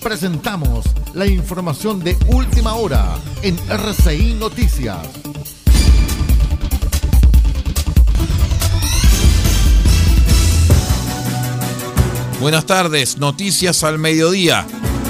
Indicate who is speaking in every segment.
Speaker 1: Presentamos la información de última hora en RCI Noticias.
Speaker 2: Buenas tardes, noticias al mediodía.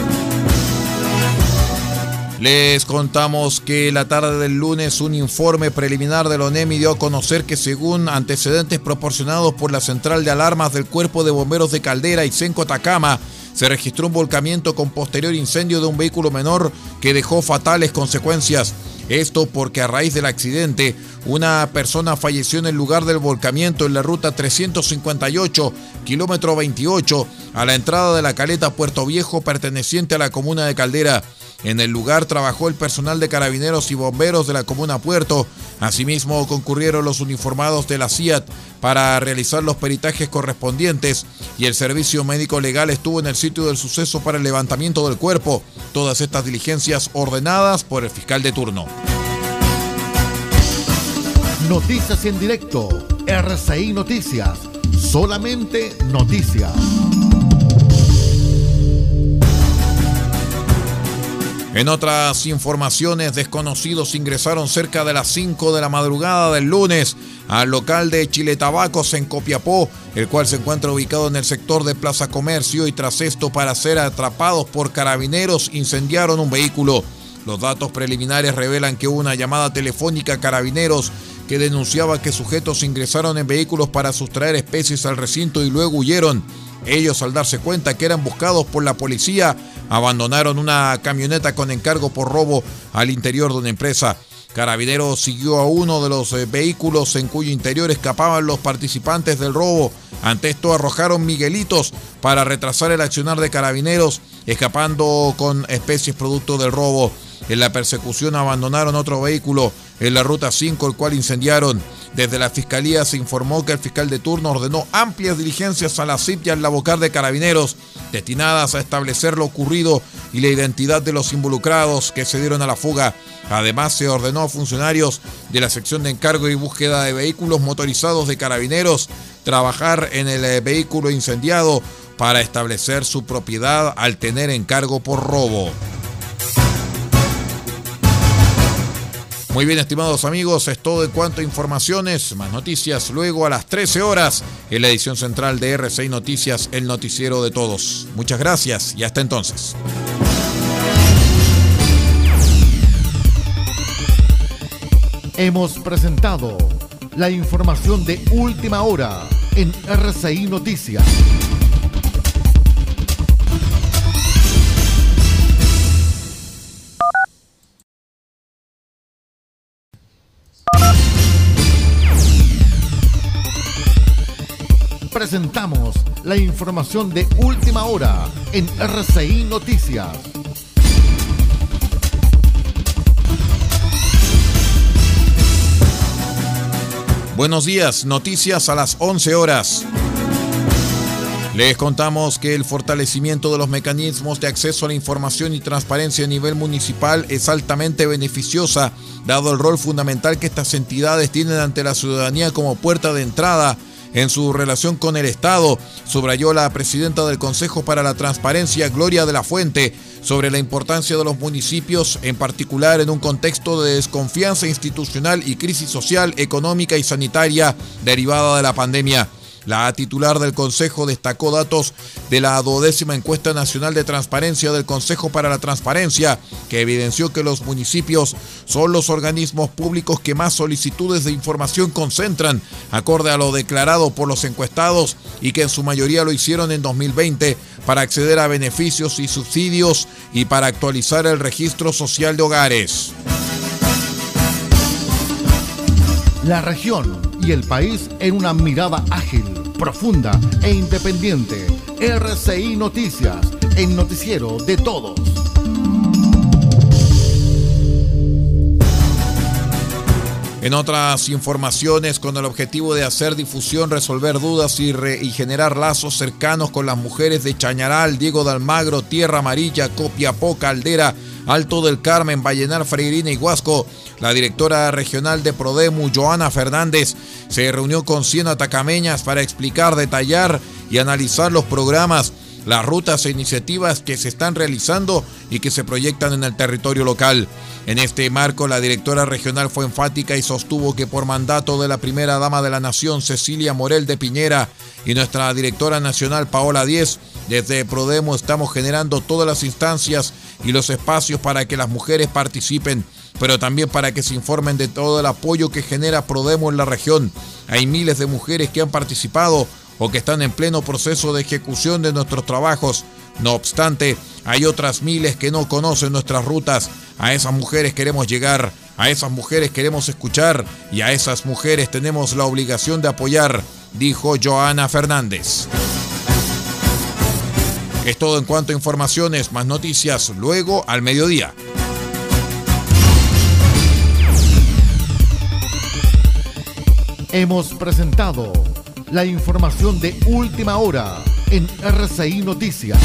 Speaker 2: Les contamos que la tarde del lunes un informe preliminar del ONEMI dio a conocer que según antecedentes proporcionados por la Central de Alarmas del Cuerpo de Bomberos de Caldera y Senco Atacama, se registró un volcamiento con posterior incendio de un vehículo menor que dejó fatales consecuencias. Esto porque a raíz del accidente, una persona falleció en el lugar del volcamiento en la ruta 358, kilómetro 28, a la entrada de la caleta Puerto Viejo perteneciente a la comuna de Caldera. En el lugar trabajó el personal de carabineros y bomberos de la comuna Puerto. Asimismo, concurrieron los uniformados de la CIAT para realizar los peritajes correspondientes y el servicio médico legal estuvo en el sitio del suceso para el levantamiento del cuerpo. Todas estas diligencias ordenadas por el fiscal de turno.
Speaker 1: Noticias en directo, RCI Noticias, solamente noticias.
Speaker 2: En otras informaciones, desconocidos ingresaron cerca de las 5 de la madrugada del lunes al local de Chile Tabacos en Copiapó, el cual se encuentra ubicado en el sector de Plaza Comercio, y tras esto, para ser atrapados por carabineros, incendiaron un vehículo. Los datos preliminares revelan que hubo una llamada telefónica a carabineros que denunciaba que sujetos ingresaron en vehículos para sustraer especies al recinto y luego huyeron. Ellos, al darse cuenta que eran buscados por la policía, abandonaron una camioneta con encargo por robo al interior de una empresa. Carabineros siguió a uno de los vehículos en cuyo interior escapaban los participantes del robo. Ante esto arrojaron miguelitos para retrasar el accionar de carabineros, escapando con especies producto del robo. En la persecución abandonaron otro vehículo en la ruta 5, el cual incendiaron. Desde la Fiscalía se informó que el fiscal de turno ordenó amplias diligencias a la CIP y al Labocar de Carabineros, destinadas a establecer lo ocurrido y la identidad de los involucrados que se dieron a la fuga. Además, se ordenó a funcionarios de la sección de encargo y búsqueda de vehículos motorizados de Carabineros trabajar en el vehículo incendiado para establecer su propiedad al tener encargo por robo. Muy bien, estimados amigos, es todo en cuanto a informaciones. Más noticias luego a las 13 horas en la edición central de RCI Noticias, el noticiero de todos. Muchas gracias y hasta entonces.
Speaker 1: Hemos presentado la información de última hora en RCI Noticias. Presentamos la información de última hora en RCI Noticias.
Speaker 2: Buenos días, noticias a las 11 horas. Les contamos que el fortalecimiento de los mecanismos de acceso a la información y transparencia a nivel municipal es altamente beneficiosa, dado el rol fundamental que estas entidades tienen ante la ciudadanía como puerta de entrada en su relación con el Estado, subrayó la presidenta del Consejo para la Transparencia, Gloria de la Fuente, sobre la importancia de los municipios, en particular en un contexto de desconfianza institucional y crisis social, económica y sanitaria derivada de la pandemia. La titular del Consejo destacó datos de la 12ª Encuesta Nacional de Transparencia del Consejo para la Transparencia, que evidenció que los municipios son los organismos públicos que más solicitudes de información concentran, acorde a lo declarado por los encuestados, y que en su mayoría lo hicieron en 2020 para acceder a beneficios y subsidios y para actualizar el registro social de hogares.
Speaker 1: La región y el país en una mirada ágil, profunda e independiente. RCI Noticias, el noticiero de todos.
Speaker 2: En otras informaciones, con el objetivo de hacer difusión, resolver dudas y generar lazos cercanos con las mujeres de Chañaral, Diego de Almagro, Tierra Amarilla, Copiapó, Caldera, Alto del Carmen, Vallenar, Freirina y Huasco, la directora regional de Prodemu, Joana Fernández, se reunió con 100 atacameñas para explicar, detallar y analizar los programas, las rutas e iniciativas que se están realizando y que se proyectan en el territorio local. En este marco, la directora regional fue enfática y sostuvo que por mandato de la primera dama de la Nación, Cecilia Morel de Piñera, y nuestra directora nacional, Paola Díez, desde Prodemo estamos generando todas las instancias y los espacios para que las mujeres participen, pero también para que se informen de todo el apoyo que genera Prodemo en la región. Hay miles de mujeres que han participado o que están en pleno proceso de ejecución de nuestros trabajos. No obstante, hay otras miles que no conocen nuestras rutas. A esas mujeres queremos llegar, a esas mujeres queremos escuchar y a esas mujeres tenemos la obligación de apoyar, dijo Joana Fernández. Es todo en cuanto a informaciones, más noticias luego al mediodía.
Speaker 1: Hemos presentado la información de última hora en RCI Noticias.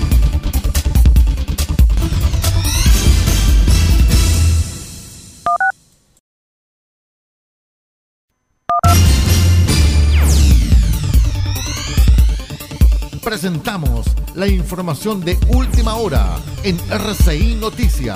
Speaker 1: Presentamos la información de última hora en RCI Noticias.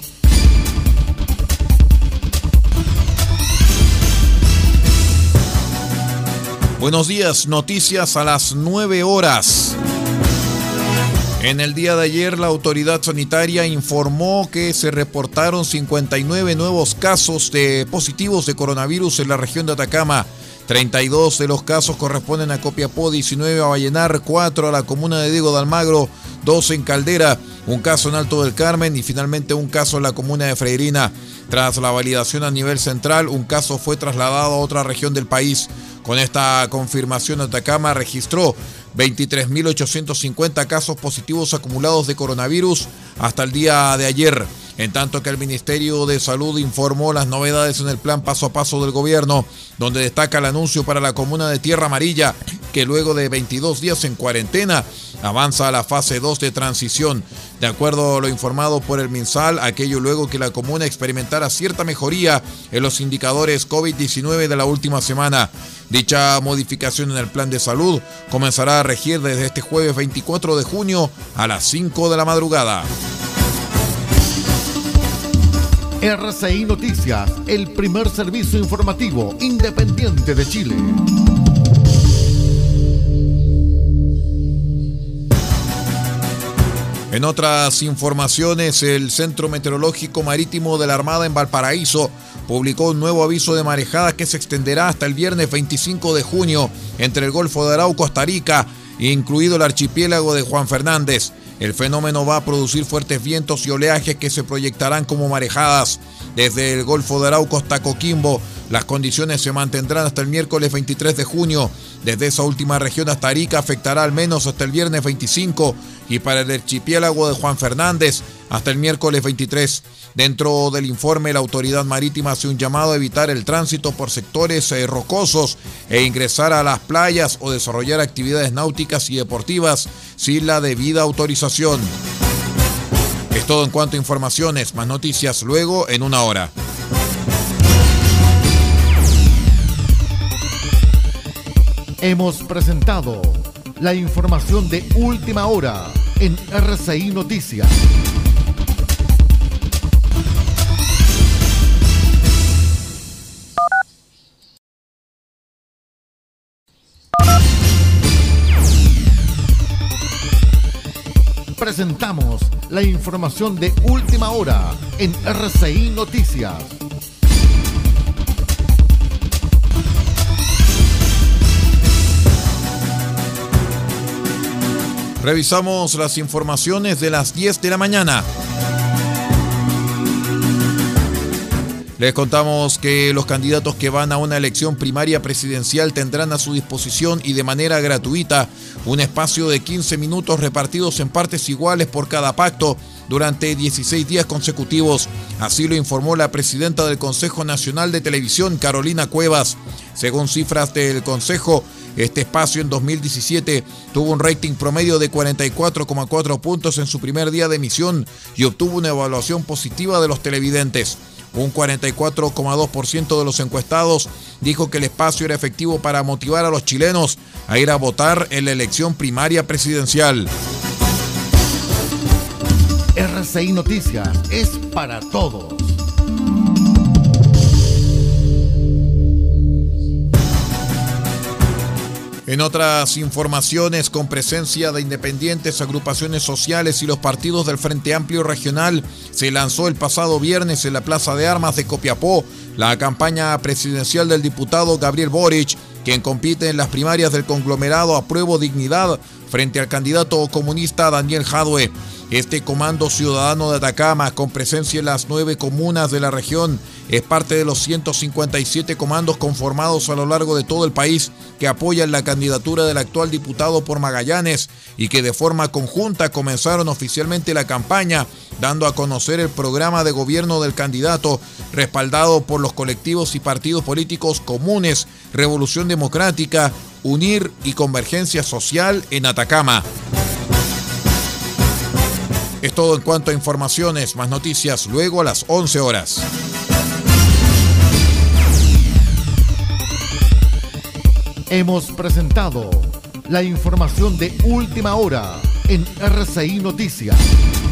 Speaker 2: Buenos días, noticias a las 9 horas. En el día de ayer, la autoridad sanitaria informó que se reportaron 59 nuevos casos positivos de coronavirus en la región de Atacama. 32 de los casos corresponden a Copiapó, 19 a Vallenar, 4 a la comuna de Diego de Almagro, 2 en Caldera, un caso en Alto del Carmen y finalmente un caso en la comuna de Freirina. Tras la validación a nivel central, un caso fue trasladado a otra región del país. Con esta confirmación, Atacama registró 23.850 casos positivos acumulados de coronavirus hasta el día de ayer, en tanto que el Ministerio de Salud informó las novedades en el plan paso a paso del gobierno, donde destaca el anuncio para la comuna de Tierra Amarilla, que luego de 22 días en cuarentena avanza a la fase 2 de transición. De acuerdo a lo informado por el MinSal, aquello luego que la comuna experimentara cierta mejoría en los indicadores COVID-19 de la última semana. Dicha modificación en el plan de salud comenzará a regir desde este jueves 24 de junio a las 5 de la madrugada.
Speaker 1: RCI Noticias, el primer servicio informativo independiente de Chile.
Speaker 2: En otras informaciones, el Centro Meteorológico Marítimo de la Armada en Valparaíso publicó un nuevo aviso de marejada que se extenderá hasta el viernes 25 de junio entre el Golfo de Arauco, Costa Rica, incluido el archipiélago de Juan Fernández. El fenómeno va a producir fuertes vientos y oleajes que se proyectarán como marejadas. Desde el Golfo de Arauco hasta Coquimbo, las condiciones se mantendrán hasta el miércoles 23 de junio. Desde esa última región hasta Arica afectará al menos hasta el viernes 25 y para el archipiélago de Juan Fernández hasta el miércoles 23. Dentro del informe, la autoridad marítima hace un llamado a evitar el tránsito por sectores rocosos e ingresar a las playas o desarrollar actividades náuticas y deportivas sin la debida autorización. Es todo en cuanto a informaciones, más noticias luego en una hora.
Speaker 1: Hemos presentado la información de última hora en RCI Noticias. Presentamos la información de última hora en RCI Noticias.
Speaker 2: Revisamos las informaciones de las 10 de la mañana. Les contamos que los candidatos que van a una elección primaria presidencial tendrán a su disposición y de manera gratuita un espacio de 15 minutos repartidos en partes iguales por cada pacto durante 16 días consecutivos. Así lo informó la presidenta del Consejo Nacional de Televisión, Carolina Cuevas. Según cifras del Consejo, este espacio en 2017 tuvo un rating promedio de 44,4 puntos en su primer día de emisión y obtuvo una evaluación positiva de los televidentes. Un 44,2% de los encuestados dijo que el espacio era efectivo para motivar a los chilenos a ir a votar en la elección primaria presidencial.
Speaker 1: RCI Noticias es para todos.
Speaker 2: En otras informaciones, con presencia de independientes, agrupaciones sociales y los partidos del Frente Amplio Regional, se lanzó el pasado viernes en la Plaza de Armas de Copiapó la campaña presidencial del diputado Gabriel Boric, quien compite en las primarias del conglomerado Apruebo Dignidad frente al candidato comunista Daniel Jadwe. Este Comando Ciudadano de Atacama, con presencia en las 9 comunas de la región, es parte de los 157 comandos conformados a lo largo de todo el país que apoyan la candidatura del actual diputado por Magallanes y que de forma conjunta comenzaron oficialmente la campaña, dando a conocer el programa de gobierno del candidato, respaldado por los colectivos y partidos políticos comunes, Revolución Democrática, Unir y Convergencia Social en Atacama. Es todo en cuanto a informaciones, más noticias luego a las 11 horas.
Speaker 1: Hemos presentado la información de última hora en RCI Noticias.